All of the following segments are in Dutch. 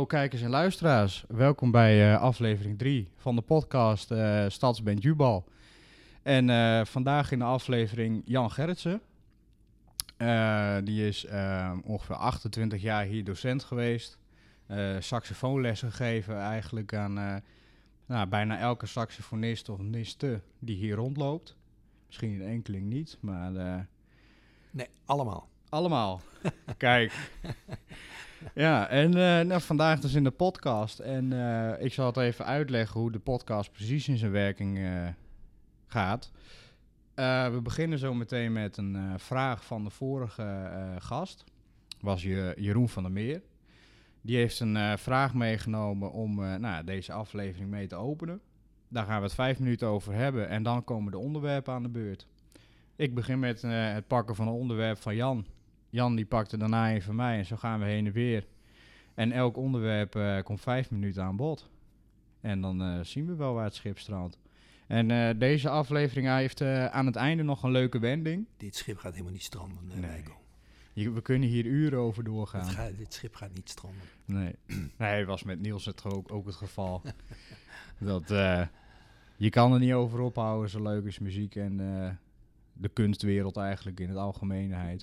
kijkers en luisteraars. Welkom bij aflevering 3 van de podcast Stadsband Jubal. En vandaag in de aflevering Jan Gerritsen. Die is ongeveer 28 jaar hier docent geweest. Saxofoonlessen gegeven eigenlijk aan bijna elke saxofonist of niste die hier rondloopt. Misschien een enkeling niet, maar... Nee, allemaal. Allemaal. Kijk. Ja, en vandaag dus in de podcast. En ik zal het even uitleggen hoe de podcast precies in zijn werking gaat. We beginnen zo meteen met een vraag van de vorige gast. Was Jeroen van der Meer. Die heeft een vraag meegenomen om deze aflevering mee te openen. Daar gaan we het 5 minuten over hebben. En dan komen de onderwerpen aan de beurt. Ik begin met het pakken van een onderwerp van Jan. Jan die pakte daarna een van mij en zo gaan we heen en weer. En elk onderwerp komt 5 minuten aan bod. En dan zien we wel waar het schip strandt. En deze aflevering heeft aan het einde nog een leuke wending. Dit schip gaat helemaal niet stranden, Rijko. We kunnen hier uren over doorgaan. Dit schip gaat niet stranden. Nee, was met Niels het ook het geval. Dat je kan er niet over ophouden, zo leuk is muziek en de kunstwereld eigenlijk in het algemeenheid.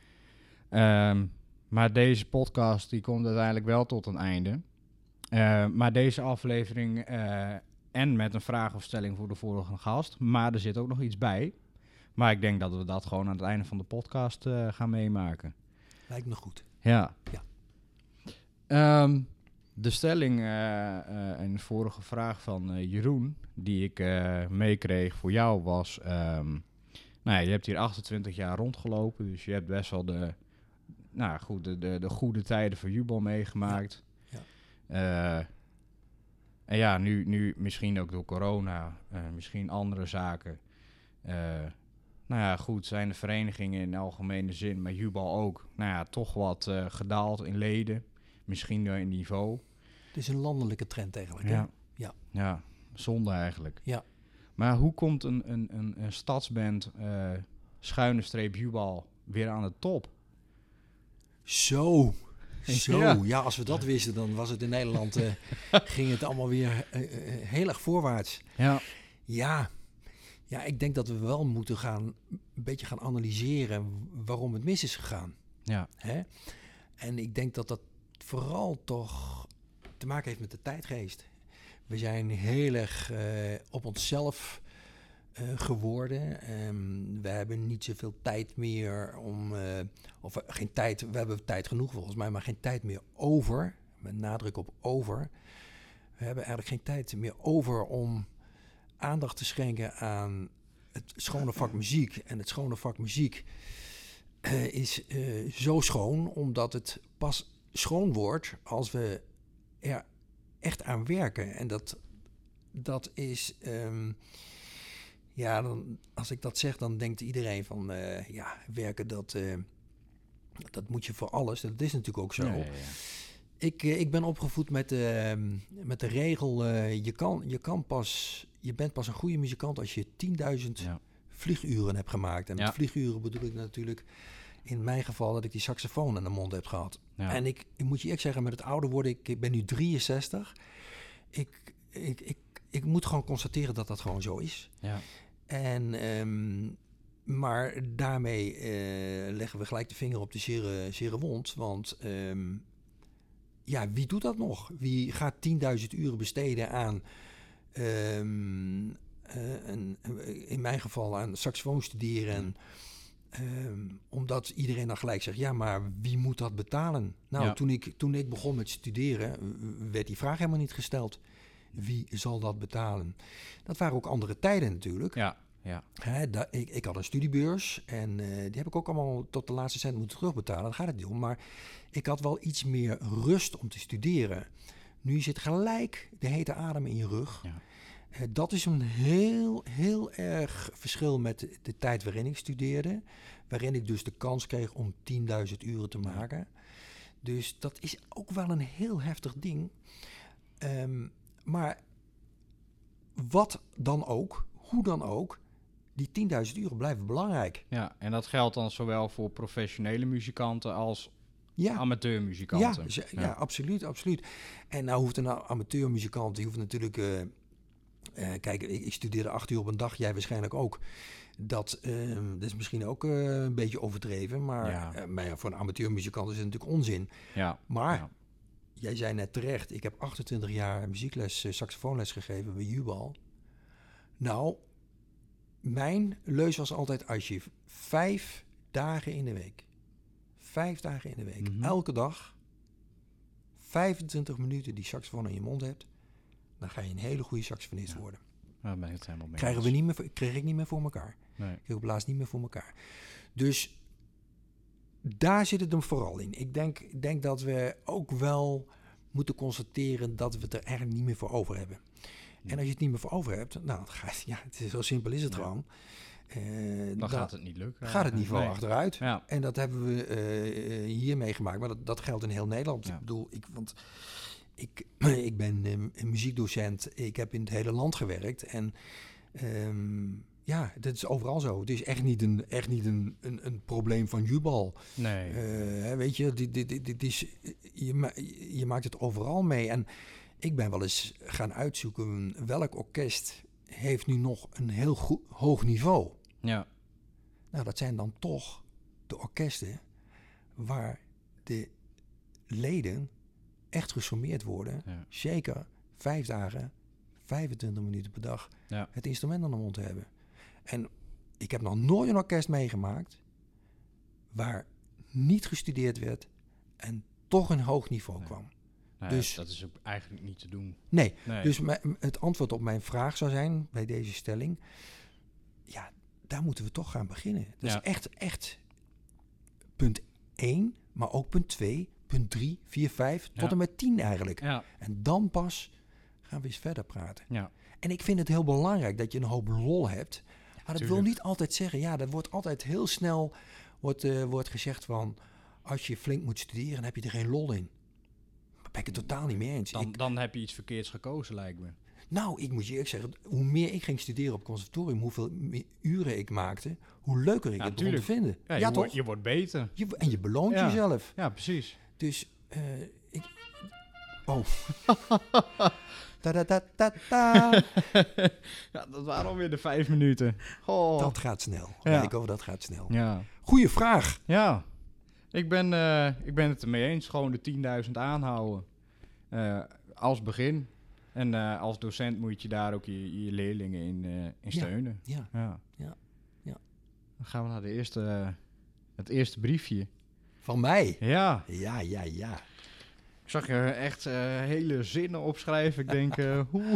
Maar deze podcast die komt uiteindelijk wel tot een einde. Maar deze aflevering en met een vraag of stelling voor de vorige gast. Maar er zit ook nog iets bij. Maar ik denk dat we dat gewoon aan het einde van de podcast gaan meemaken. Lijkt me goed. Ja. De stelling en de vorige vraag van Jeroen, die ik meekreeg voor jou, was... je hebt hier 28 jaar rondgelopen, dus je hebt best wel de goede tijden voor Jubal meegemaakt. Ja. En ja, nu misschien ook door corona, misschien andere zaken. Zijn de verenigingen in de algemene zin, maar Jubal ook, toch wat gedaald in leden. Misschien in niveau. Het is een landelijke trend eigenlijk, ja. Hè? Ja, zonde eigenlijk. Ja. Maar hoe komt een stadsband _ Jubal weer aan de top? Zo. Ja, als we dat wisten, dan was het in Nederland, ging het allemaal weer heel erg voorwaarts. Ja, ik denk dat we wel moeten een beetje gaan analyseren waarom het mis is gegaan. Ja. Hè? En ik denk dat dat vooral toch te maken heeft met de tijdgeest. We zijn heel erg op onszelf geworden. We hebben niet zoveel tijd meer we hebben tijd genoeg volgens mij, maar geen tijd meer over. Met nadruk op over. We hebben eigenlijk geen tijd meer over om aandacht te schenken aan het schone vak muziek. En het schone vak muziek is zo schoon, omdat het pas schoon wordt als we er echt aan werken. En dat is... als ik dat zeg, dan denkt iedereen van... werken, dat moet je voor alles. Dat is natuurlijk ook zo. Ja. Ik ben opgevoed met de regel... je bent pas een goede muzikant als je 10.000 vlieguren hebt gemaakt. En met vlieguren bedoel ik natuurlijk... in mijn geval dat ik die saxofoon aan de mond heb gehad. Ja. En ik moet je eerlijk zeggen, met het ouder worden... Ik ben nu 63. Ik moet gewoon constateren dat dat gewoon zo is. Ja. En... maar daarmee leggen we gelijk de vinger op de zere wond. Want wie doet dat nog? Wie gaat 10.000 uren besteden aan... in mijn geval aan saxofoon studeren... omdat iedereen dan gelijk zegt... ja, maar wie moet dat betalen? Nou, toen ik begon met studeren... werd die vraag helemaal niet gesteld. Wie zal dat betalen? Dat waren ook andere tijden natuurlijk. Ja. Ik had een studiebeurs en die heb ik ook allemaal tot de laatste cent moeten terugbetalen. Daar gaat het niet om, maar ik had wel iets meer rust om te studeren. Nu zit gelijk de hete adem in je rug. Ja. Dat is een heel, heel erg verschil met de tijd waarin ik studeerde. Waarin ik dus de kans kreeg om 10.000 uren te maken. Dus dat is ook wel een heel heftig ding. Maar wat dan ook, hoe dan ook, die 10.000 uren blijven belangrijk. Ja, en dat geldt dan zowel voor professionele muzikanten amateurmuzikanten. Ja, absoluut, absoluut. En nou hoeft een amateurmuzikant, die hoeft natuurlijk... kijk, ik studeerde 8 uur op een dag, jij waarschijnlijk ook. Dat is misschien ook een beetje overdreven, maar voor een amateurmuzikant is het natuurlijk onzin. Ja. Maar jij zei net terecht, ik heb 28 jaar muziekles, saxofoonles gegeven bij Jubal. Nou, mijn leus was altijd als je 5 dagen in de week, elke dag 25 minuten die saxofoon in je mond hebt, dan ga je een hele goede saxofonist worden. Daar ben ik het helemaal mee. Kreeg ik niet meer voor elkaar. Nee. Ik heb helaas niet meer voor elkaar. Dus daar zit het hem vooral in. Ik denk dat we ook wel moeten constateren dat we het er eigenlijk niet meer voor over hebben. Ja. En als je het niet meer voor over hebt, nou, het is zo simpel is het gewoon. Dan gaat het niet lukken. Gaat het niveau achteruit. Ja. En dat hebben we hier meegemaakt. Maar dat geldt in heel Nederland. Ja. Ik bedoel, ik ben een muziekdocent. Ik heb in het hele land gewerkt. En dat is overal zo. Het is echt niet een probleem van Jubal. Nee. Weet je, dit is, je maakt het overal mee. En ik ben wel eens gaan uitzoeken welk orkest heeft nu nog een heel hoog niveau. Ja. Nou, dat zijn dan toch de orkesten waar de leden echt gesommeerd worden. Ja. Zeker 5 dagen, 25 minuten per dag het instrument aan de mond hebben. En ik heb nog nooit een orkest meegemaakt waar niet gestudeerd werd en toch een hoog niveau kwam. Nou, dus dat is ook eigenlijk niet te doen. Nee. Dus het antwoord op mijn vraag zou zijn bij deze stelling, ja, daar moeten we toch gaan beginnen. Dat is echt punt 1, maar ook punt 2, punt 3, 4, 5, tot en met 10 eigenlijk. Ja. En dan pas gaan we eens verder praten. Ja. En ik vind het heel belangrijk dat je een hoop lol hebt. Maar dat wil niet altijd zeggen, dat wordt altijd heel snel wordt gezegd van, als je flink moet studeren, dan heb je er geen lol in. Daar ben ik het totaal niet mee eens. Dan heb je iets verkeerds gekozen, lijkt me. Nou, ik moet je eerlijk zeggen, hoe meer ik ging studeren op het conservatorium, hoeveel uren ik maakte, hoe leuker ik het begon te vinden. Ja, toch? Je wordt beter. En je beloont jezelf. Ja, precies. Dus Oh. Ta-da-da-da-da. Ja, dat waren alweer de 5 minuten. Oh. Dat gaat snel. Ja. Dat gaat snel. Ja. Goeie vraag. Ja. Ik ben het ermee eens. Gewoon de 10.000 aanhouden. Als begin. En als docent moet je daar ook je leerlingen in steunen. Ja. Dan gaan we naar het eerste briefje. Van mij? Ja. Ja. Ik zag je echt hele zinnen opschrijven. Ik denk, hoe?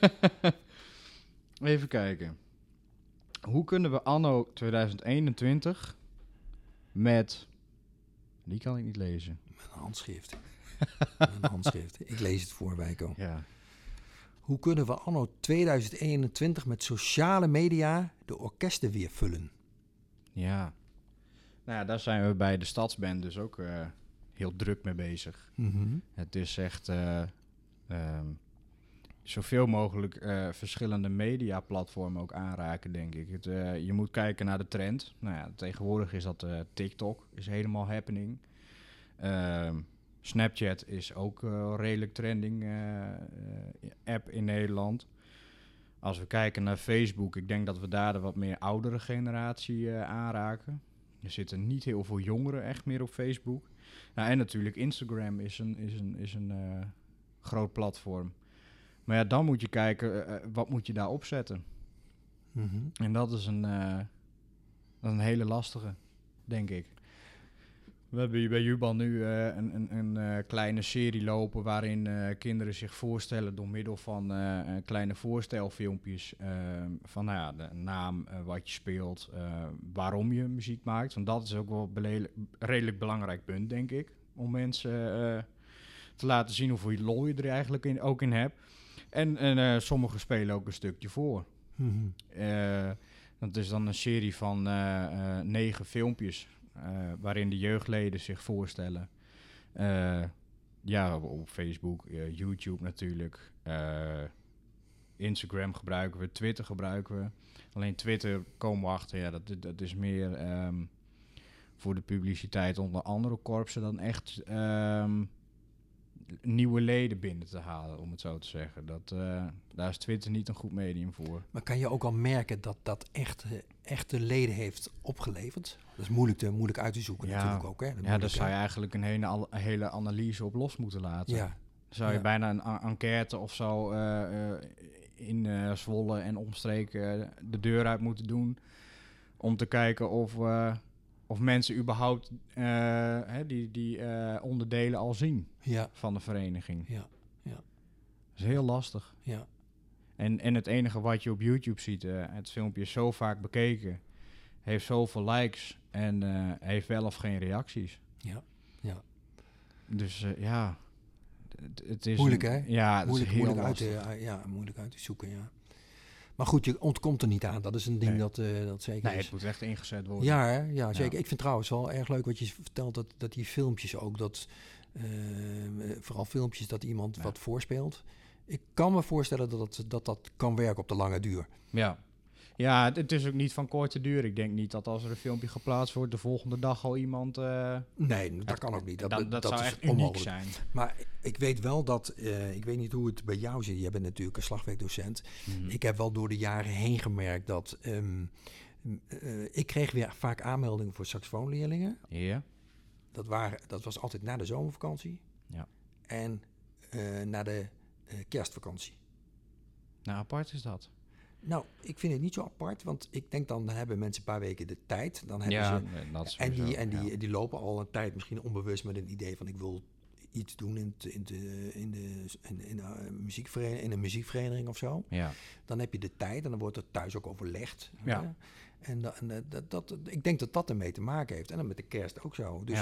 Even kijken. Hoe kunnen we anno 2021 met... Die kan ik niet lezen. Met een handschrift. Ik lees het voor, Wijko. Ja. Hoe kunnen we anno 2021 met sociale media de orkesten weer vullen? Ja. Nou ja, daar zijn we bij de Stadsband dus ook heel druk mee bezig. Mm-hmm. Het is echt zoveel mogelijk verschillende mediaplatformen ook aanraken, denk ik. Je moet kijken naar de trend. Nou ja, tegenwoordig is dat TikTok, is helemaal happening. Snapchat is ook redelijk trending app in Nederland. Als we kijken naar Facebook, ik denk dat we daar de wat meer oudere generatie aanraken. Er zitten niet heel veel jongeren echt meer op Facebook. Nou, en natuurlijk Instagram is een groot platform. Maar ja, dan moet je kijken, wat moet je daar opzetten? Mm-hmm. En dat is een hele lastige, denk ik. We hebben bij Jubal nu een kleine serie lopen waarin kinderen zich voorstellen door middel van kleine voorstelfilmpjes van de naam, wat je speelt, waarom je muziek maakt. Want dat is ook wel een redelijk belangrijk punt, denk ik, om mensen te laten zien hoeveel lol je er eigenlijk ook in hebt. En sommigen spelen ook een stukje voor. Mm-hmm. Dat is dan een serie van 9 filmpjes. Waarin de jeugdleden zich voorstellen. Op Facebook, YouTube natuurlijk. Instagram gebruiken we, Twitter gebruiken we. Alleen Twitter komen we achter, dat is meer voor de publiciteit onder andere korpsen dan echt nieuwe leden binnen te halen, om het zo te zeggen. Daar is Twitter niet een goed medium voor. Maar kan je ook al merken dat dat echte leden heeft opgeleverd? Dat is moeilijk uit te zoeken natuurlijk ook. Hè? Daar zou je eigenlijk een hele analyse op los moeten laten. Ja. Zou je bijna een enquête of zo in Zwolle en omstreken de deur uit moeten doen om te kijken of mensen überhaupt die onderdelen al zien van de vereniging. Ja. Dat is heel lastig. Ja. En het enige wat je op YouTube ziet, het filmpje is zo vaak bekeken, heeft zoveel likes en heeft wel of geen reacties. Ja. Dus het is moeilijk, hè? Ja, het is heel lastig. Moeilijk uit te zoeken, ja. Maar goed, je ontkomt er niet aan. Dat is een ding dat zeker is. Het moet echt ingezet worden. Ja, hè? Ja, zeker. Ja. Ik vind trouwens wel erg leuk wat je vertelt, dat die filmpjes ook, vooral filmpjes dat iemand wat voorspeelt. Ik kan me voorstellen dat kan werken op de lange duur. Ja, het is ook niet van korte duur. Ik denk niet dat als er een filmpje geplaatst wordt, de volgende dag al iemand... nee, dat kan ook niet. Dat zou is echt uniek zijn. Maar ik weet wel dat... ik weet niet hoe het bij jou zit. Jij bent natuurlijk een slagwerkdocent. Mm-hmm. Ik heb wel door de jaren heen gemerkt dat... ik kreeg weer vaak aanmeldingen voor saxofoonleerlingen. Ja. Dat was altijd na de zomervakantie. Ja. En na de kerstvakantie. Nou, apart is dat. Nou, ik vind het niet zo apart, want ik denk dan hebben mensen een paar weken de tijd. Dan hebben die lopen al een tijd misschien onbewust met een idee van ik wil iets doen in een muziekvereniging of zo. Ja. Dan heb je de tijd en dan wordt er thuis ook overlegd. Ja. Ik denk dat dat ermee te maken heeft. En dan met de kerst ook zo. Dus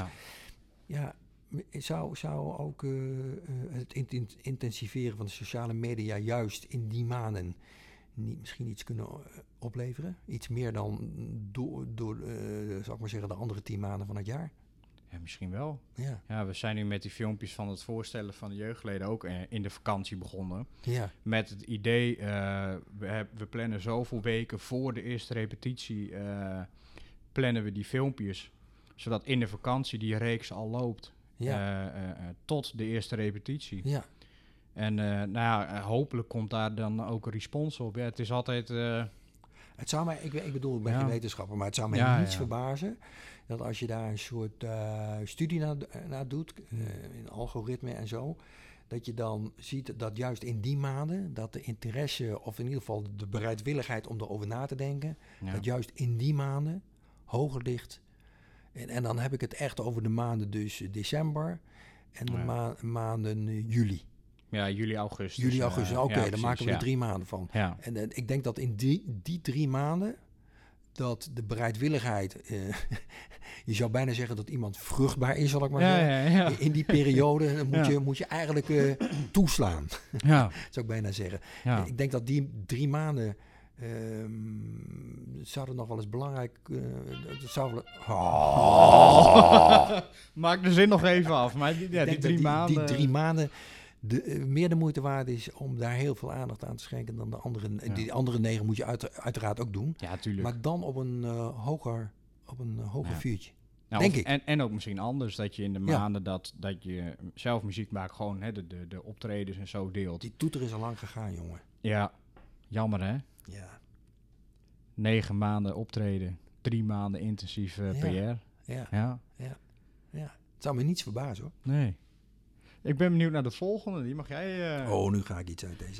zou ook het intensiveren van de sociale media juist in die maanden misschien iets kunnen opleveren? Iets meer dan door zal ik maar zeggen, de andere 10 maanden van het jaar? Ja, misschien wel. Ja, we zijn nu met die filmpjes van het voorstellen van de jeugdleden ook in de vakantie begonnen. Ja. Met het idee, we plannen zoveel weken voor de eerste repetitie, plannen we die filmpjes, zodat in de vakantie die reeks al loopt tot de eerste repetitie. Ja. En hopelijk komt daar dan ook een respons op. Ja, het is altijd... Het zou mij, ik bedoel, ik ben geen wetenschapper, maar het zou mij niets verbazen dat als je daar een soort studie naar doet, in algoritme en zo, dat je dan ziet dat juist in die maanden, dat de interesse, of in ieder geval de bereidwilligheid om erover na te denken, dat juist in die maanden hoger ligt. En dan heb ik het echt over de maanden dus december en de maanden juli. Ja, juli, augustus. Juli, augustus. Oké, dan maken we er 3 maanden van. Ja. En ik denk dat in die 3 maanden dat de bereidwilligheid... je zou bijna zeggen dat iemand vruchtbaar is, zal ik maar zeggen. Ja. In die periode moet je eigenlijk toeslaan. Ja. Zou ik bijna zeggen. Ja. Ik denk dat die 3 maanden... zou het nog wel eens belangrijk... Maak de zin nog even af. Maar die 3 maanden... Die 3 maanden... meer de moeite waard is om daar heel veel aandacht aan te schenken dan de andere. Ja. Die andere 9 moet je uiteraard ook doen. Ja, tuurlijk. Maar dan op een hoger vuurtje. Nou, denk ik. En ook misschien anders, dat je in de maanden dat je zelf muziek maakt, gewoon de optredens en zo deelt. Die toeter is al lang gegaan, jongen. Ja, jammer hè? Ja. 9 maanden optreden, 3 maanden intensief PR. Ja. Het zou me niets verbazen hoor. Nee. Ik ben benieuwd naar de volgende. Die mag jij... nu ga ik iets uit deze.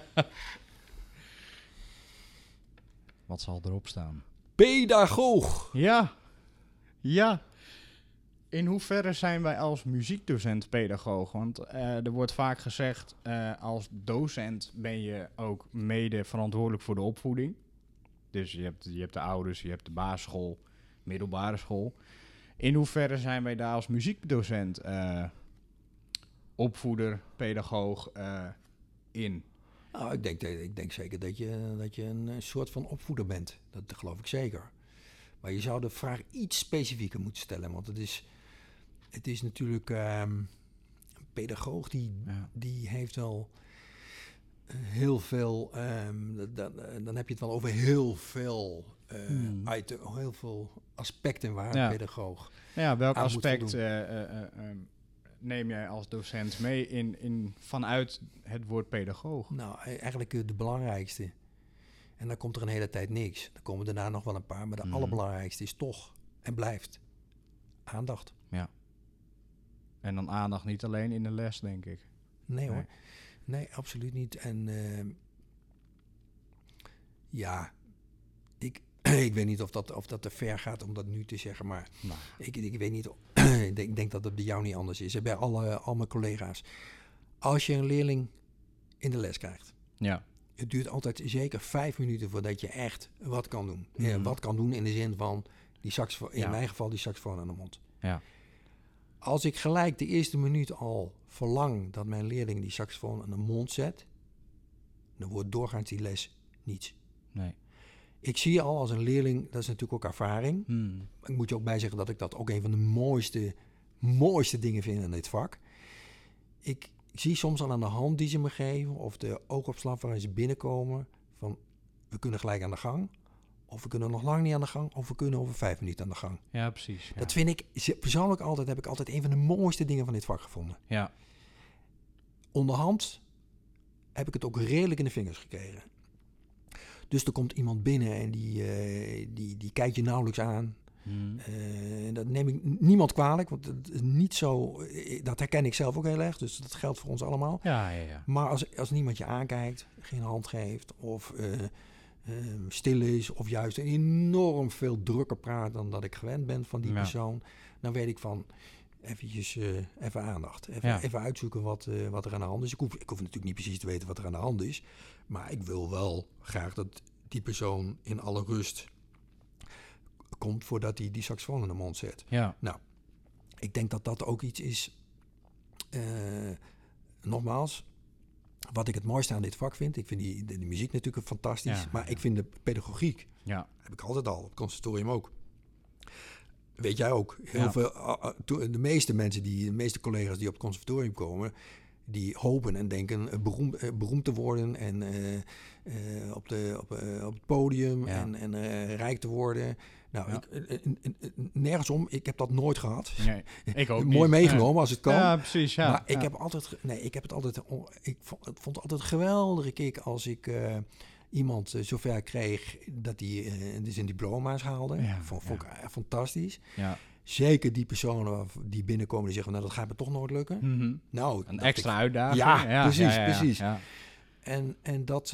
Wat zal erop staan? Pedagoog. Ja. In hoeverre zijn wij als muziekdocent pedagoog? Want er wordt vaak gezegd, als docent ben je ook mede verantwoordelijk voor de opvoeding. Dus je hebt de ouders, je hebt de basisschool, middelbare school. In hoeverre zijn wij daar als muziekdocent... opvoeder, pedagoog in? Nou, ik denk zeker dat je een soort van opvoeder bent. Dat geloof ik zeker. Maar je zou de vraag iets specifieker moeten stellen. Want het is natuurlijk... een pedagoog die heeft wel heel veel... dan heb je het wel over heel veel uit heel veel aspecten waar een pedagoog Ja, welk aan aspect neem jij als docent mee vanuit het woord pedagoog? Nou, eigenlijk de belangrijkste. En dan komt er een hele tijd niks. Dan komen daarna nog wel een paar. Maar de allerbelangrijkste is toch en blijft aandacht. Ja. En dan aandacht niet alleen in de les, denk ik. Nee hoor. Nee, absoluut niet. En ik weet niet of dat te ver gaat om dat nu te zeggen. Maar ik weet niet. Ik denk dat het bij jou niet anders is. Bij al mijn collega's. Als je een leerling in de les krijgt. Ja. Het duurt altijd zeker 5 minuten voordat je echt wat kan doen. Wat kan doen in de zin van die saxofoon, in mijn geval die saxofoon aan de mond. Ja. Als ik gelijk de eerste minuut al verlang dat mijn leerling die saxofoon aan de mond zet, dan wordt doorgaans die les niets. Nee. Ik zie al als een leerling, dat is natuurlijk ook ervaring. Ik moet je ook bij zeggen dat ik dat ook een van de mooiste dingen vind in dit vak. Ik zie soms al aan de hand die ze me geven, of de oogopslag waarin ze binnenkomen, van we kunnen gelijk aan de gang, of we kunnen nog lang niet aan de gang, of we kunnen over 5 minuten aan de gang. Ja, precies. Ja. Dat vind ik persoonlijk heb ik altijd een van de mooiste dingen van dit vak gevonden. Ja. Onderhand heb ik het ook redelijk in de vingers gekregen. Dus er komt iemand binnen en die kijkt je nauwelijks aan. Dat neem ik niemand kwalijk, want het is niet zo. Dat herken ik zelf ook heel erg, dus dat geldt voor ons allemaal. Ja. Maar als niemand je aankijkt, geen hand geeft of stil is, of juist enorm veel drukker praat dan dat ik gewend ben van die persoon, dan weet ik van even aandacht. Even uitzoeken wat er aan de hand is. Ik hoef natuurlijk niet precies te weten wat er aan de hand is, maar ik wil wel graag dat die persoon in alle rust komt voordat hij die saxofoon in de mond zet. Ja. Nou, ik denk dat dat ook iets is. Nogmaals, wat ik het mooiste aan dit vak vind. Ik vind de muziek natuurlijk fantastisch. Maar ik vind de pedagogiek. Ja. Heb ik altijd al. Op het conservatorium ook. Weet jij ook. Heel veel. De meeste collega's die op het conservatorium komen, die hopen en denken beroemd te worden en op het podium en rijk te worden. Nou, nergens om. Ik heb dat nooit gehad. Nee, ik ook Mooi niet. meegenomen als het kan. Ja, precies. Ja. Maar ik vond het altijd geweldige kick als ik iemand zover kreeg dat hij zijn diploma's haalde. Vond ik fantastisch. Ja. Zeker die personen die binnenkomen die zeggen, nou, dat gaat me toch nooit lukken. Nou, een extra uitdaging. Ja, precies. Ja. En dat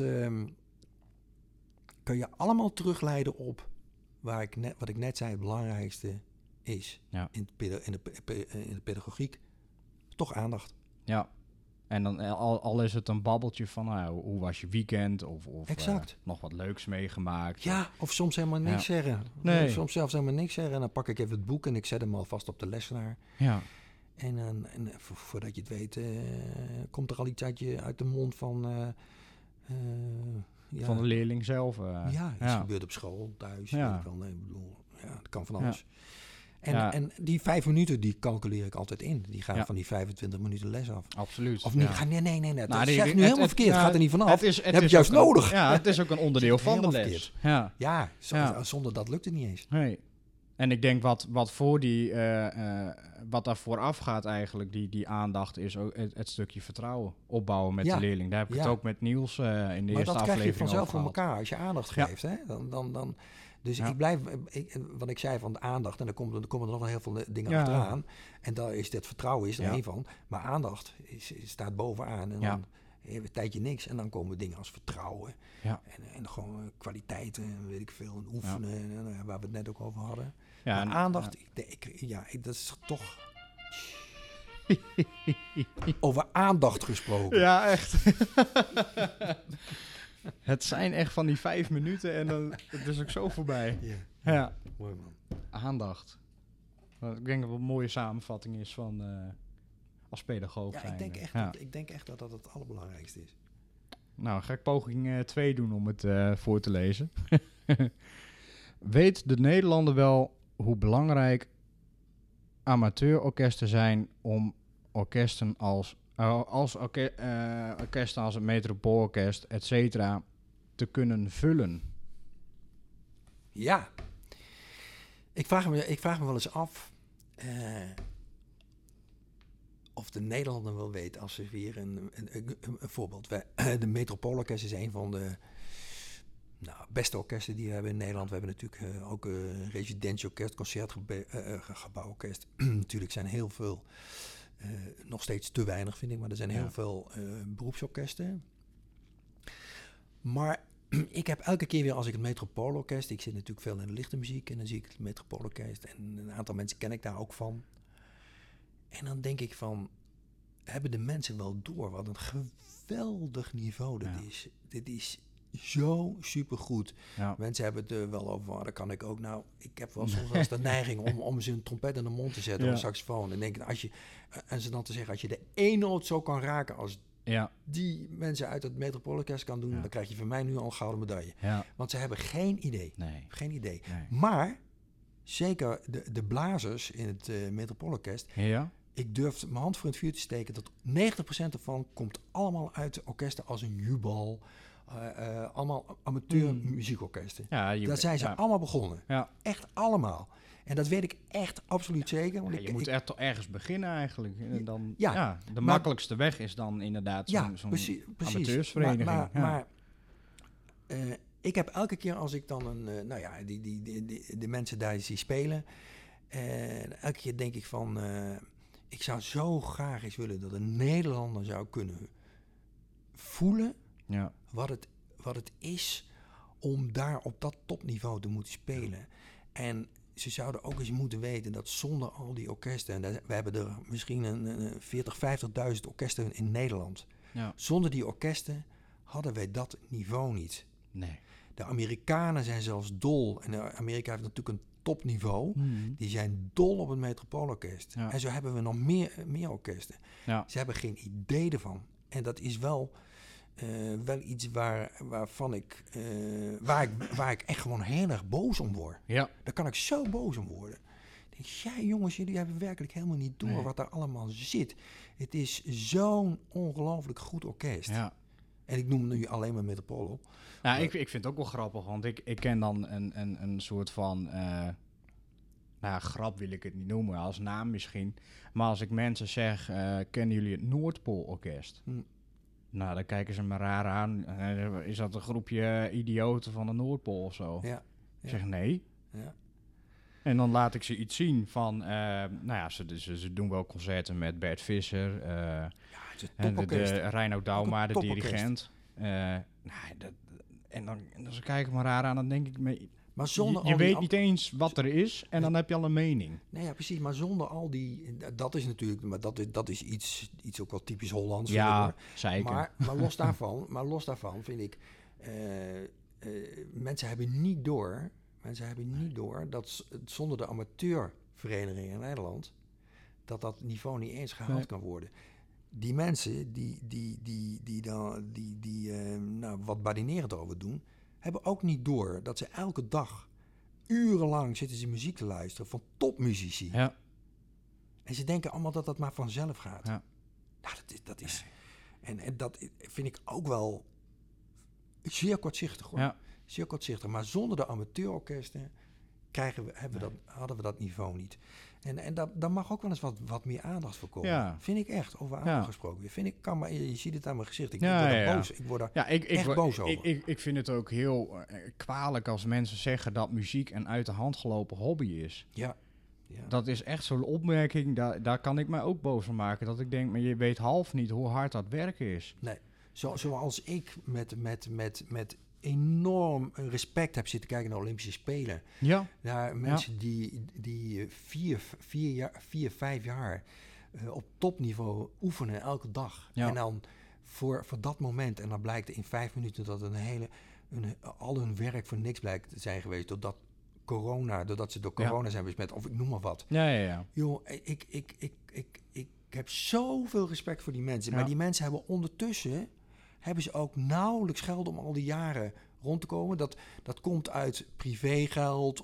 kun je allemaal terugleiden op wat ik net zei, het belangrijkste is in de pedagogiek. Toch aandacht. Ja. En dan al is het een babbeltje van hoe was je weekend of nog wat leuks meegemaakt. Ja, of soms helemaal niks zeggen. Nee. Soms zelfs helemaal niks zeggen. En dan pak ik even het boek en ik zet hem alvast op de lessenaar. Ja. En voordat je het weet, komt er al iets uit de mond van van de leerling zelf. Iets gebeurt op school, thuis. Ik bedoel, het kan van alles. Ja. En die 5 minuten, die calculeer ik altijd in. Die gaan van die 25 minuten les af. Absoluut. Of niet? Nee. Dat zeg ik nu helemaal verkeerd. Het gaat er niet vanaf. Het heb je juist nodig. Ja, het is ook een onderdeel van de les. Zonder dat lukt het niet eens. Nee. En ik denk wat daar vooraf gaat eigenlijk, die aandacht, is ook het stukje vertrouwen opbouwen met de leerling. Daar heb ik het ook met Niels in de eerste aflevering over gehad. Maar dat krijg je vanzelf voor elkaar als je aandacht geeft. Hè? Dus ik blijf, wat ik zei van de aandacht, en dan komen er nog wel heel veel dingen achteraan. En daar is dit vertrouwen er een van. Maar aandacht staat bovenaan. En dan hebben we een tijdje niks. En dan komen dingen als vertrouwen. Ja. En gewoon kwaliteiten, weet ik veel. En oefenen, waar we het net ook over hadden. Ja, maar aandacht, dat is toch... Over aandacht gesproken. Ja, echt. Het zijn echt van die 5 minuten en dan het is ook zo voorbij. Ja. Mooi man. Aandacht. Ik denk dat het een mooie samenvatting is van als pedagoog. Ja, ik denk echt dat dat het allerbelangrijkste is. Nou, ga ik poging 2 doen om het voor te lezen. Weet de Nederlander wel hoe belangrijk amateurorkesten zijn om orkesten als orkesten als het Metropoolorkest, et cetera, te kunnen vullen? Ja. Ik vraag me wel eens af of de Nederlander wel weet als ze weer een voorbeeld. De Metropoolorkest is een van de beste orkesten die we hebben in Nederland. We hebben natuurlijk ook een residentieorkest, concertgebouworkest. Natuurlijk zijn heel veel, nog steeds te weinig vind ik, maar er zijn heel veel beroepsorkesten. Maar ik heb elke keer weer als ik het Metropoolorkest... Ik zit natuurlijk veel in de lichte muziek en dan zie ik het Metropoolorkest. En een aantal mensen ken ik daar ook van. En dan denk ik van, hebben de mensen wel door wat een geweldig niveau dit is. Dit is zo supergoed. Ja. Mensen hebben het er wel over, dat kan ik ook. Nou, ik heb wel soms wel eens de neiging om ze een trompet in de mond te zetten of een saxofoon. En denk ik, en ze dan te zeggen, als je de één noot zo kan raken als die mensen uit het Metropoolorkest kan doen, dan krijg je van mij nu al een gouden medaille. Ja. Want ze hebben geen idee. Nee. Geen idee. Nee. Maar, zeker de blazers in het Metropoolorkest, ik durf mijn hand voor in het vuur te steken dat 90% ervan komt allemaal uit orkesten als een Jubal, allemaal amateur muziekorkesten. Ja, daar zijn ze allemaal begonnen. Ja. Echt allemaal. En dat weet ik echt absoluut zeker. Want je moet echt toch ergens beginnen eigenlijk. En dan, de makkelijkste weg is dan inderdaad zo'n amateursvereniging. Maar ik heb elke keer als ik dan de mensen daar zie spelen, elke keer denk ik van, ik zou zo graag eens willen dat een Nederlander zou kunnen voelen wat het is om daar op dat topniveau te moeten spelen. En ze zouden ook eens moeten weten dat zonder al die orkesten, en we hebben er misschien 40.000, 50.000 orkesten in Nederland. Ja. Zonder die orkesten hadden wij dat niveau niet. Nee. De Amerikanen zijn zelfs dol. En Amerika heeft natuurlijk een topniveau. Mm-hmm. Die zijn dol op het Metropoolorkest. Ja. En zo hebben we nog meer orkesten. Ja. Ze hebben geen idee ervan. En dat is wel iets waar ik echt gewoon heel erg boos om word. Ja. Daar kan ik zo boos om worden. Ik denk, ja jongens, jullie hebben werkelijk helemaal niet door wat daar allemaal zit. Het is zo'n ongelooflijk goed orkest. Ja. En ik noem nu alleen maar Metropool. Nou, ik vind het ook wel grappig, want ik ken dan een soort van grap wil ik het niet noemen, als naam misschien. Maar als ik mensen zeg, kennen jullie het Noordpoolorkest? Nou, dan kijken ze me raar aan. Is dat een groepje idioten van de Noordpool of zo? Ja. Ik zeg nee. Ja. En dan laat ik ze iets zien van, ze doen wel concerten met Bert Visser, de Reinoud Dauma, de dirigent. En dan ze kijken me raar aan, dan denk ik, maar zonder je weet niet eens wat er is en dan heb je al een mening. Nee, ja, precies. Maar zonder al die, dat is natuurlijk, maar dat is iets ook wel typisch Hollands. Ja, zeker. Maar los daarvan vind ik, mensen hebben niet door dat zonder de amateurvereniging in Nederland dat niveau niet eens gehaald kan worden. Die mensen die wat badinerend over doen, hebben ook niet door dat ze elke dag urenlang zitten ze muziek te luisteren van topmuzici. Ja. En ze denken allemaal dat dat maar vanzelf gaat. Ja. Nou, dat is en dat vind ik ook wel zeer kortzichtig hoor. Ja. Zeer kortzichtig. Maar zonder de amateurorkesten hadden we dat niveau niet. En daar mag ook wel eens wat meer aandacht voor komen. Ja. Vind ik echt, over aandacht gesproken. Je ziet het aan mijn gezicht. Ik word boos. Ik word daar echt boos over. Ik vind het ook heel kwalijk als mensen zeggen dat muziek een uit de hand gelopen hobby is. Ja. Ja. Dat is echt zo'n opmerking, daar kan ik mij ook boos van maken. Dat ik denk, maar je weet half niet hoe hard dat werken is. Nee, zoals ik met enorm respect heb zitten kijken naar Olympische Spelen. Ja. Naar mensen die 4-5 jaar op topniveau oefenen elke dag. Ja. En dan voor dat moment, en dan blijkt in 5 minuten dat al hun werk voor niks blijkt te zijn geweest, doordat ze door corona zijn besmet, of ik noem maar wat. Ja. Joh, ik heb zoveel respect voor die mensen. Ja. Maar die mensen hebben ondertussen ook nauwelijks geld om al die jaren rond te komen. Dat komt uit privégeld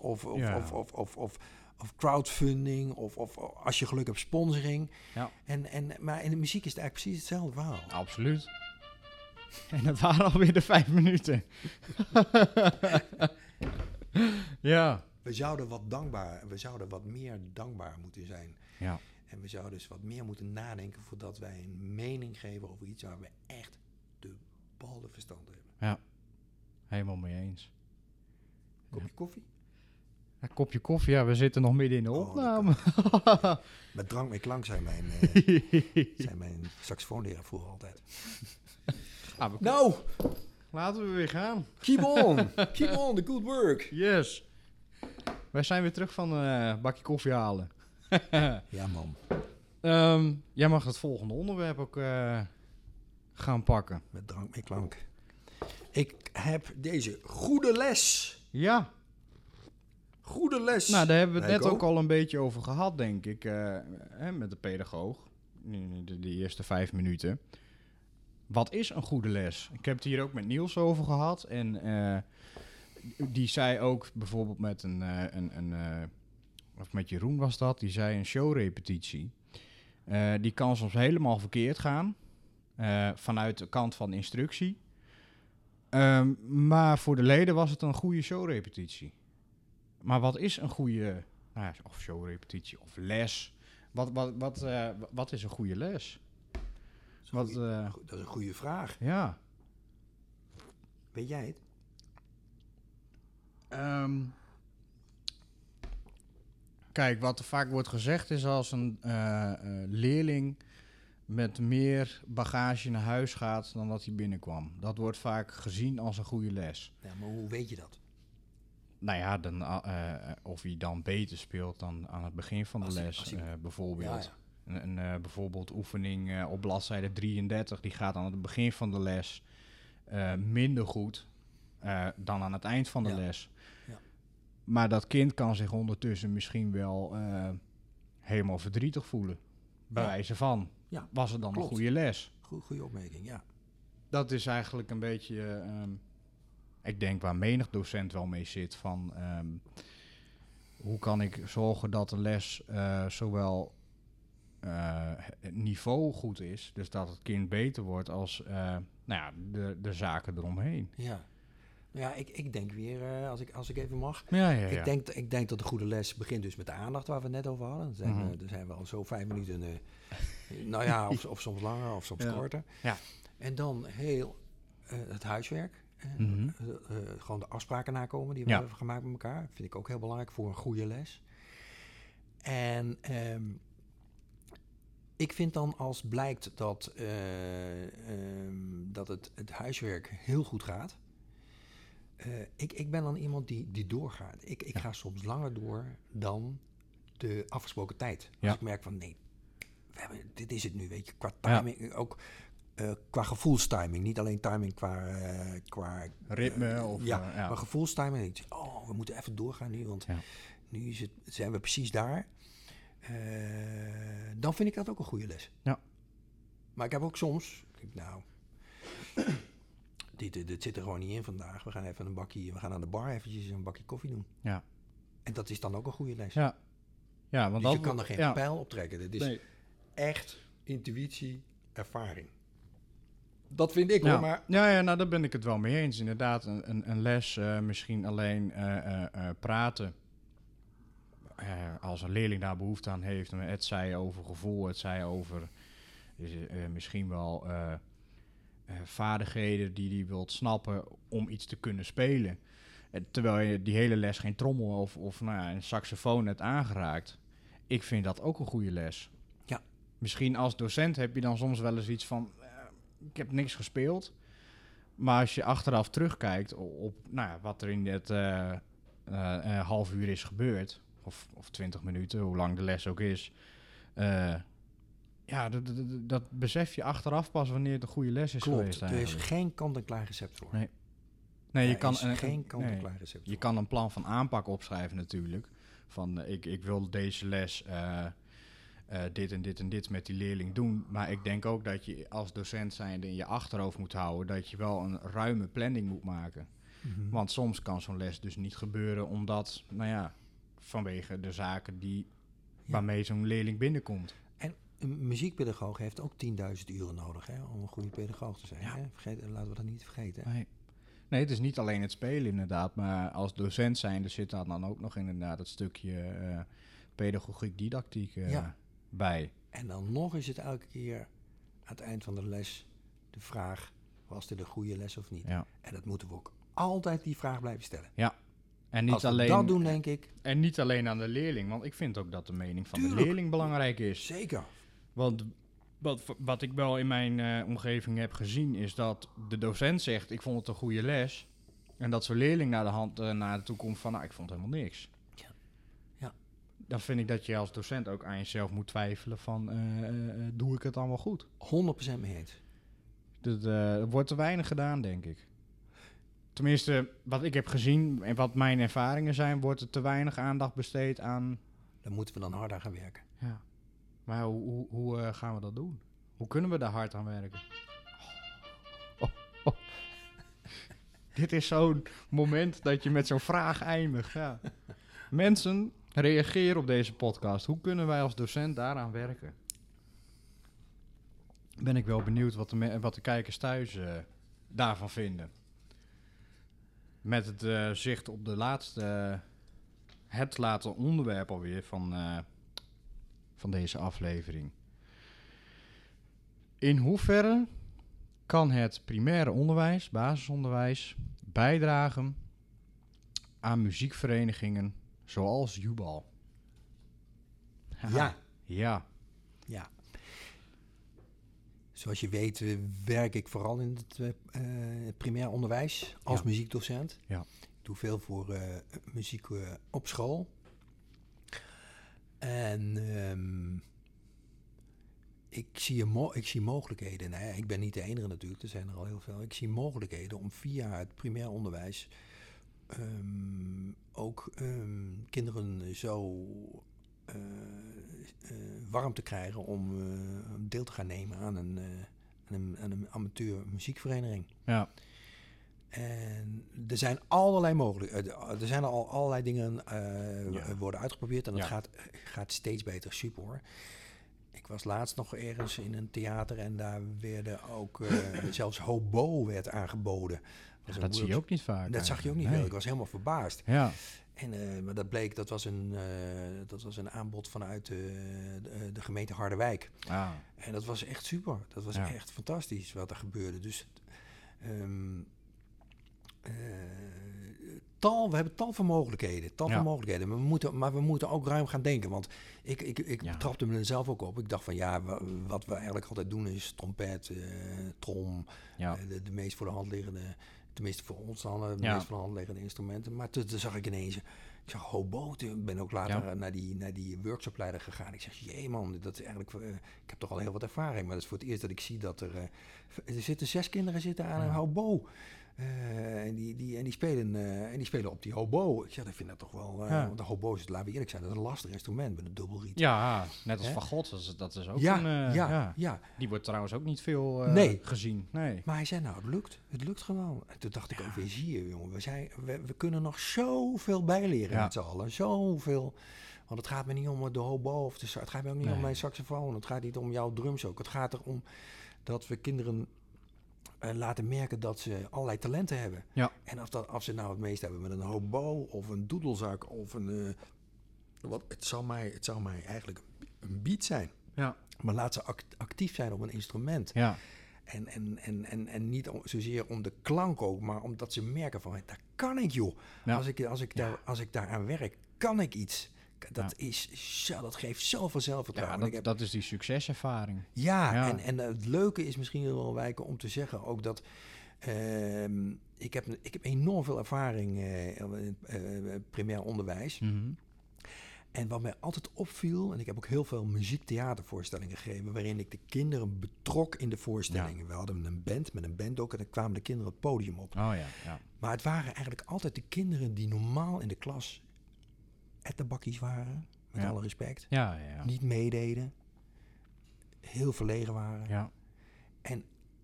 of crowdfunding of als je geluk hebt sponsoring. Ja. Maar in de muziek is het eigenlijk precies hetzelfde verhaal. Absoluut. En dat waren alweer de 5 minuten. Ja. We zouden wat meer dankbaar moeten zijn. Ja. En we zouden dus wat meer moeten nadenken voordat wij een mening geven over iets waar we echt de balde verstand hebben. Ja. Helemaal mee eens. Kopje koffie? Een kopje koffie, ja, we zitten nog midden in de opname. Met drank met klank zijn mijn saxofoonleraar vroeger altijd. Nou, laten we weer gaan. Keep on, the good work. Yes. Wij zijn weer terug van bakje koffie halen. Ja, man. Jij mag het volgende onderwerp ook gaan pakken. Met drank met klank. Ik heb deze goede les. Ja. Goede les. Nou, daar hebben we het net ook al een beetje over gehad, denk ik. Met de pedagoog. De eerste 5 minuten. Wat is een goede les? Ik heb het hier ook met Niels over gehad. En die zei ook bijvoorbeeld of met Jeroen was dat. Die zei een showrepetitie. Die kan soms helemaal verkeerd gaan. Vanuit de kant van instructie. Maar voor de leden was het een goede showrepetitie. Maar wat is een goede of showrepetitie of les? Wat is een goede les? Dat is een goede vraag. Ja. Weet jij het? Kijk, wat er vaak wordt gezegd is als een leerling met meer bagage naar huis gaat dan dat hij binnenkwam. Dat wordt vaak gezien als een goede les. Ja, maar hoe weet je dat? Nou ja, of hij dan beter speelt dan aan het begin van de les, bijvoorbeeld. Ja. Bijvoorbeeld oefening op bladzijde 33, die gaat aan het begin van de les minder goed dan aan het eind van de les. Ja. Maar dat kind kan zich ondertussen misschien wel helemaal verdrietig voelen. Bij wijze van, was het dan een goede les? Goede opmerking, ja. Dat is eigenlijk een beetje, ik denk waar menig docent wel mee zit, van hoe kan ik zorgen dat de les zowel het niveau goed is, dus dat het kind beter wordt, als de zaken eromheen. Ja. Ja, ik denk weer, als ik even mag. Ja. Ik denk dat de goede les begint dus met de aandacht waar we het net over hadden. Dan zijn we al zo 5 minuten, of soms langer of soms korter. Ja. En dan heel het huiswerk. Gewoon de afspraken nakomen die we hebben gemaakt met elkaar. Vind ik ook heel belangrijk voor een goede les. En ik vind dan als blijkt dat het huiswerk heel goed gaat. Ik ben dan iemand die doorgaat. Ik ga soms langer door dan de afgesproken tijd. Als ik merk van nee, dit is het nu, weet je. Qua timing, ook qua gevoelstiming. Niet alleen timing qua ritme. Maar gevoelstiming. We moeten even doorgaan nu, want nu zijn we precies daar. Dan vind ik dat ook een goede les. Ja. Maar ik heb ook soms, dit zit er gewoon niet in vandaag. We gaan even we gaan aan de bar eventjes een bakje koffie doen. Ja. En dat is dan ook een goede les. Ja. Ja, want dus je kan er geen pijl op trekken. Dit is echt intuïtie, ervaring. Dat vind ik hoor, maar... Ja, nou daar ben ik het wel mee eens. Inderdaad, een les, misschien alleen praten. Als een leerling daar behoefte aan heeft. Het zij over gevoel, het zij over misschien wel vaardigheden die hij wilt snappen om iets te kunnen spelen. Terwijl je die hele les geen trommel of een saxofoon hebt aangeraakt. Ik vind dat ook een goede les. Ja. Misschien als docent heb je dan soms wel eens iets van... ik heb niks gespeeld. Maar als je achteraf terugkijkt op wat er in het half uur is gebeurd... Of 20 minuten, hoe lang de les ook is... dat besef je achteraf pas wanneer het een goede les is geweest. Er is geen kant-en-klaar recept voor. Nee, je kan geen kant-en-klaar recept. Je kan een plan van aanpak opschrijven natuurlijk. Van ik wil deze les dit en dit en dit met die leerling doen. Maar ik denk ook dat je als docent zijnde in je achterhoofd moet houden dat je wel een ruime planning moet maken. Mm-hmm. Want soms kan zo'n les dus niet gebeuren omdat, vanwege de zaken waarmee zo'n leerling binnenkomt. Een muziekpedagoog heeft ook 10.000 uren nodig om een goede pedagoog te zijn. Ja. Laten we dat niet vergeten. Nee, het is niet alleen het spelen inderdaad, maar als docent zijnde zit daar dan ook nog inderdaad het stukje pedagogiek, didactiek bij. En dan nog is het elke keer aan het eind van de les de vraag, was dit een goede les of niet? Ja. En dat moeten we ook altijd die vraag blijven stellen. Ja. En niet Als we alleen, dat doen, denk ik. En niet alleen aan de leerling, want ik vind ook dat de mening van Tuurlijk. de leerling belangrijk is. Zeker. Want wat ik wel in mijn omgeving heb gezien is dat de docent zegt, ik vond het een goede les. En dat zo'n leerling naar de toe komt van, ik vond helemaal niks. Ja. Ja. Dan vind ik dat je als docent ook aan jezelf moet twijfelen van, doe ik het allemaal goed? 100% mee eens. Er wordt te weinig gedaan, denk ik. Tenminste, wat ik heb gezien en wat mijn ervaringen zijn, wordt er te weinig aandacht besteed aan... Daar moeten we dan hard aan gaan werken. Ja. Maar hoe gaan we dat doen? Hoe kunnen we daar hard aan werken? Oh. Dit is zo'n moment dat je met zo'n vraag eindigt. Ja. Mensen, reageer op deze podcast. Hoe kunnen wij als docent daaraan werken? Ben ik wel benieuwd wat de kijkers thuis daarvan vinden. Met het zicht op het laatste onderwerp alweer van deze aflevering. In hoeverre kan het primaire onderwijs, basisonderwijs, bijdragen aan muziekverenigingen zoals Jubal? Ja. Ja. Ja. Zoals je weet werk ik vooral in het primair onderwijs als muziekdocent. Ja. Ik doe veel voor muziek op school. En ik zie mogelijkheden. Nou ja, ik ben niet de enige natuurlijk, er zijn er al heel veel. Ik zie mogelijkheden om via het primair onderwijs ook kinderen zo warm te krijgen om deel te gaan nemen aan een amateur muziekvereniging. Ja. En er zijn allerlei mogelijkheden. Er zijn al allerlei dingen worden uitgeprobeerd en het gaat steeds beter. Super hoor. Ik was laatst nog ergens in een theater en daar werden ook zelfs hobo werd aangeboden. Dat zie je ook niet vaak. Dat zag je ook niet veel. Ik was helemaal verbaasd. Ja. En maar dat bleek, dat was een aanbod vanuit de gemeente Harderwijk. Ah. En dat was echt super. Dat was echt fantastisch wat er gebeurde. Dus we hebben tal van mogelijkheden. Maar we moeten ook ruim gaan denken. Want ik trapte me er zelf ook op. Ik dacht van wat we eigenlijk altijd doen is trompet, trom, de meest voor de hand liggende... Tenminste voor ons dan, de meest voor de hand liggende instrumenten. Maar toen zag ik ineens, ik zag hobo. Ik ben ook later naar die workshopleider gegaan. Ik zeg, jee man, dat is eigenlijk, ik heb toch al heel wat ervaring. Maar dat is voor het eerst dat ik zie dat er zitten 6 kinderen aan een hobo. En die spelen op die hobo. Ik zeg, ik vind dat toch wel... Want de hobo is, laten we eerlijk zijn, dat is een lastig instrument met een dubbelriet. Ja, net als van God. Dat is ook Die wordt trouwens ook niet veel gezien. Nee. Maar hij zei, het lukt gewoon. En toen dacht ik ook weer, zie je jongen, we kunnen nog zoveel bijleren met z'n allen. Zoveel. Want het gaat me niet om de hobo, het gaat me ook niet om mijn saxofoon. Het gaat niet om jouw drums ook. Het gaat erom dat we kinderen... laten merken dat ze allerlei talenten hebben. Ja. En of ze nou het meest hebben met een hobo of een doedelzak of een... Het zou mij eigenlijk een beat zijn. Ja. Maar laat ze actief zijn op een instrument. Ja. En niet zozeer om de klank ook, maar omdat ze merken van, daar kan ik joh. Ja. Als ik daaraan werk, kan ik iets. Dat geeft zoveel zelfvertrouwen. Ja, dat is die succeservaring. Ja. En het leuke is misschien wel, Wijke, om te zeggen ook dat... Ik heb enorm veel ervaring in primair onderwijs. Mm-hmm. En wat mij altijd opviel... en ik heb ook heel veel muziektheatervoorstellingen gegeven... waarin ik de kinderen betrok in de voorstellingen. Ja. We hadden een band, met een band ook... en dan kwamen de kinderen het podium op. Oh, ja. Maar het waren eigenlijk altijd de kinderen... die normaal in de klas... ettenbakkies waren, met alle respect. Ja. Niet meededen. Heel verlegen waren. Ja. En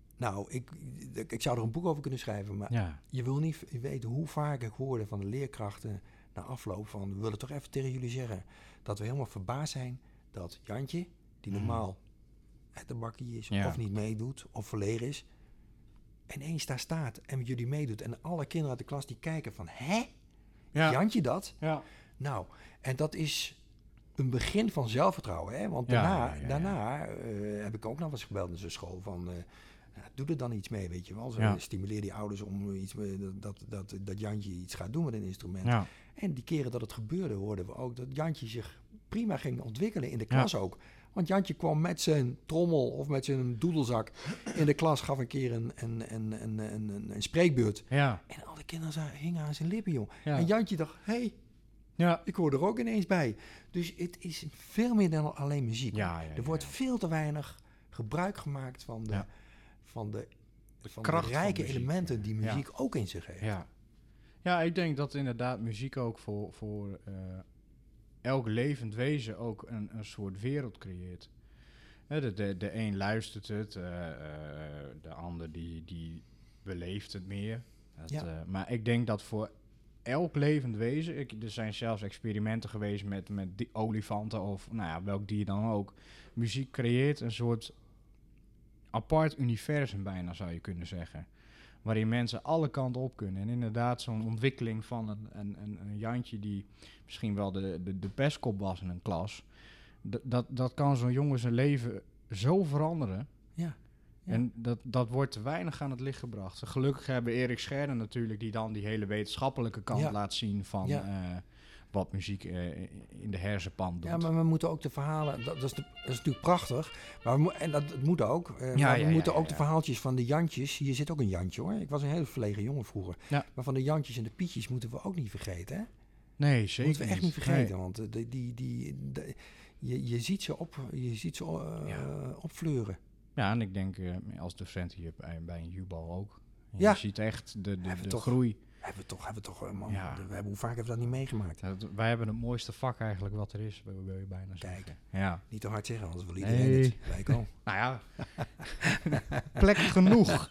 ik zou er een boek over kunnen schrijven, maar je wil niet weten hoe vaak ik hoorde van de leerkrachten na afloop van, we willen toch even tegen jullie zeggen dat we helemaal verbaasd zijn dat Jantje, die normaal ettenbakkie is, of niet meedoet, of verlegen is, ineens daar staat en met jullie meedoet. En alle kinderen uit de klas die kijken van, hè? Ja. Jantje dat? Ja. Nou, en dat is een begin van zelfvertrouwen. Hè? Want daarna heb ik ook nog eens gebeld in zijn school van... doe er dan iets mee, weet je wel. Stimuleer die ouders om iets dat Jantje iets gaat doen met een instrument. Ja. En die keren dat het gebeurde, hoorden we ook dat Jantje zich prima ging ontwikkelen in de klas ook. Want Jantje kwam met zijn trommel of met zijn doedelzak in de klas, gaf een keer een spreekbeurt. Ja. En alle kinderen hingen aan zijn lippen, joh. Ja. En Jantje dacht, ik hoor er ook ineens bij. Dus het is veel meer dan alleen muziek. Er wordt veel te weinig gebruik gemaakt van de rijke elementen die muziek ook in zich heeft. Ja, ik denk dat inderdaad muziek ook voor elk levend wezen ook een soort wereld creëert. De een luistert het, de ander die beleeft het meer. Maar ik denk dat voor elk levend wezen, er zijn zelfs experimenten geweest met die olifanten of welk dier dan ook. Muziek creëert een soort apart universum bijna, zou je kunnen zeggen. Waarin mensen alle kanten op kunnen. En inderdaad zo'n ontwikkeling van een Jantje die misschien wel de pestkop was in een klas. Dat kan zo'n jongen zijn leven zo veranderen. Ja. En dat wordt te weinig aan het licht gebracht. Gelukkig hebben Erik Scherder natuurlijk, die dan die hele wetenschappelijke kant laat zien van wat muziek in de hersenpan doet. Ja, maar we moeten ook de verhalen, dat is natuurlijk prachtig, maar en dat moet ook. We moeten ook de verhaaltjes van de Jantjes, hier zit ook een Jantje hoor. Ik was een hele verlegen jongen vroeger. Ja. Maar van de Jantjes en de Pietjes moeten we ook niet vergeten, hè? Nee, zeker moeten we echt niet vergeten, want je ziet ze opfleuren. Ja, en ik denk als docent hier bij een Jubal ook. Je ziet echt de groei. Hebben we toch, man. Hoe vaak hebben we dat niet meegemaakt? Wij hebben het mooiste vak eigenlijk wat er is, wil je bijna zeggen. Kijk, niet te hard zeggen, anders wil iedereen het. Wij ook. Nou ja, plek genoeg.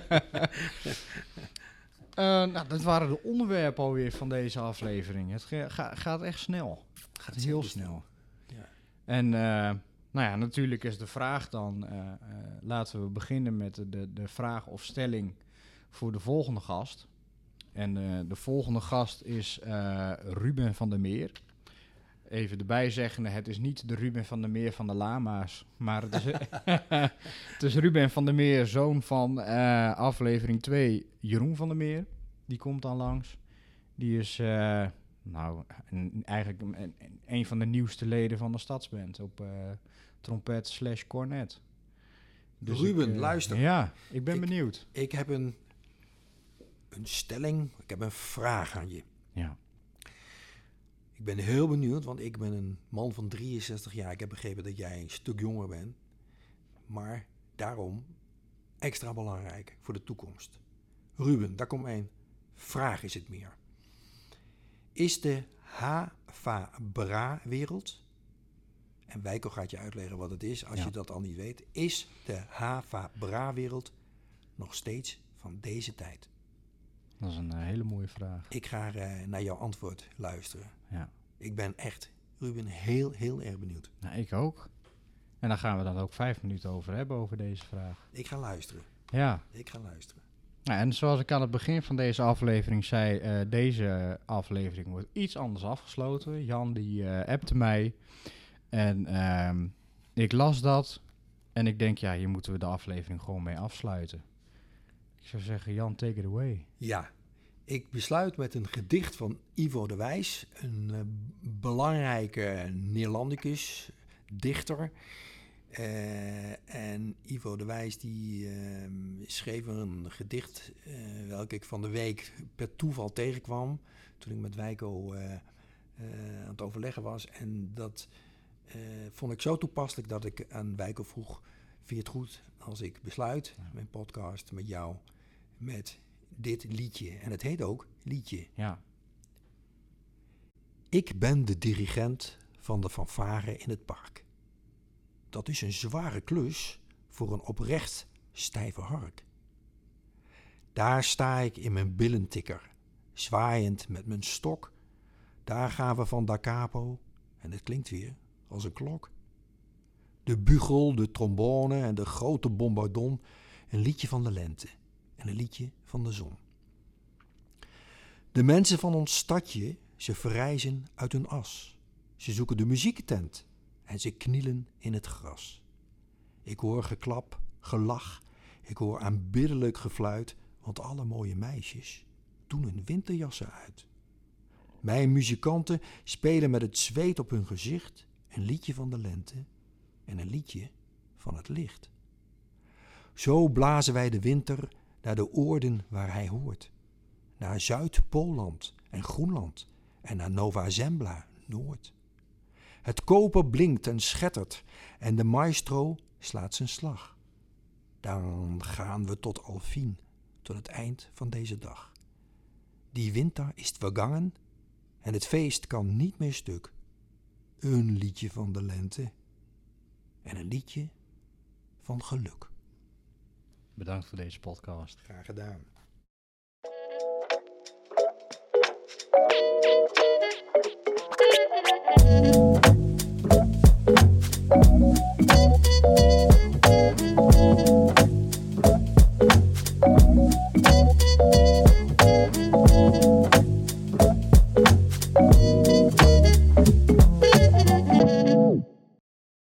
Dat waren de onderwerpen alweer van deze aflevering. Het gaat echt snel. Het gaat heel snel. Ja. En natuurlijk is de vraag dan... laten we beginnen met de vraag of stelling voor de volgende gast. En de volgende gast is Ruben van der Meer. Even erbij zeggende, het is niet de Ruben van der Meer van de Lama's. Maar het is Ruben van der Meer, zoon van aflevering 2, Jeroen van der Meer. Die komt dan langs. Die is eigenlijk een van de nieuwste leden van de Stadsband op trompet/cornet. Dus Ruben, luister. Ja, ik ben benieuwd. Ik heb een stelling, ik heb een vraag aan je. Ja. Ik ben heel benieuwd, want ik ben een man van 63 jaar. Ik heb begrepen dat jij een stuk jonger bent. Maar daarom extra belangrijk voor de toekomst. Ruben, daar komt mijn vraag is het meer. Is de Hava-Bra-wereld, en Wijko gaat je uitleggen wat het is als je dat al niet weet. Is de Hava-Bra-wereld nog steeds van deze tijd? Dat is een hele mooie vraag. Ik ga naar jouw antwoord luisteren. Ja. Ik ben echt, Ruben, heel, heel erg benieuwd. Nou, ik ook. En daar gaan we dan ook 5 minuten over hebben, over deze vraag. Ik ga luisteren. Ja. Ik ga luisteren. Nou, en zoals ik aan het begin van deze aflevering zei, deze aflevering wordt iets anders afgesloten. Jan die appte mij en ik las dat en ik denk, hier moeten we de aflevering gewoon mee afsluiten. Ik zou zeggen, Jan, take it away. Ja, ik besluit met een gedicht van Ivo de Wijs, een belangrijke Neerlandicus, dichter. En Ivo de Wijs die schreef een gedicht welke ik van de week per toeval tegenkwam toen ik met Wijko aan het overleggen was. En dat vond ik zo toepasselijk dat ik aan Wijko vroeg, vind je het goed als ik besluit mijn podcast met jou met dit liedje. En het heet ook Liedje. Ja. Ik ben de dirigent van de fanfare in het park. Dat is een zware klus voor een oprecht stijve hark. Daar sta ik in mijn billentikker, zwaaiend met mijn stok. Daar gaan we van da capo, en het klinkt weer als een klok. De bugel, de trombone en de grote bombardon, een liedje van de lente. en een liedje van de zon. De mensen van ons stadje, ze verrijzen uit hun as. Ze zoeken de muziektent en ze knielen in het gras. Ik hoor geklap, gelach, ik hoor aanbiddelijk gefluit, want alle mooie meisjes doen hun winterjassen uit. Mijn muzikanten spelen met het zweet op hun gezicht een liedje van de lente en een liedje van het licht. Zo blazen wij de winter naar de oorden waar hij hoort. Naar Zuid-Poolland en Groenland en naar Nova Zembla, Noord. Het koper blinkt en schettert en de maestro slaat zijn slag. Dan gaan we tot Alfien, tot het eind van deze dag. Die winter is vergangen en het feest kan niet meer stuk. Een liedje van de lente en een liedje van geluk. Bedankt voor deze podcast. Graag gedaan.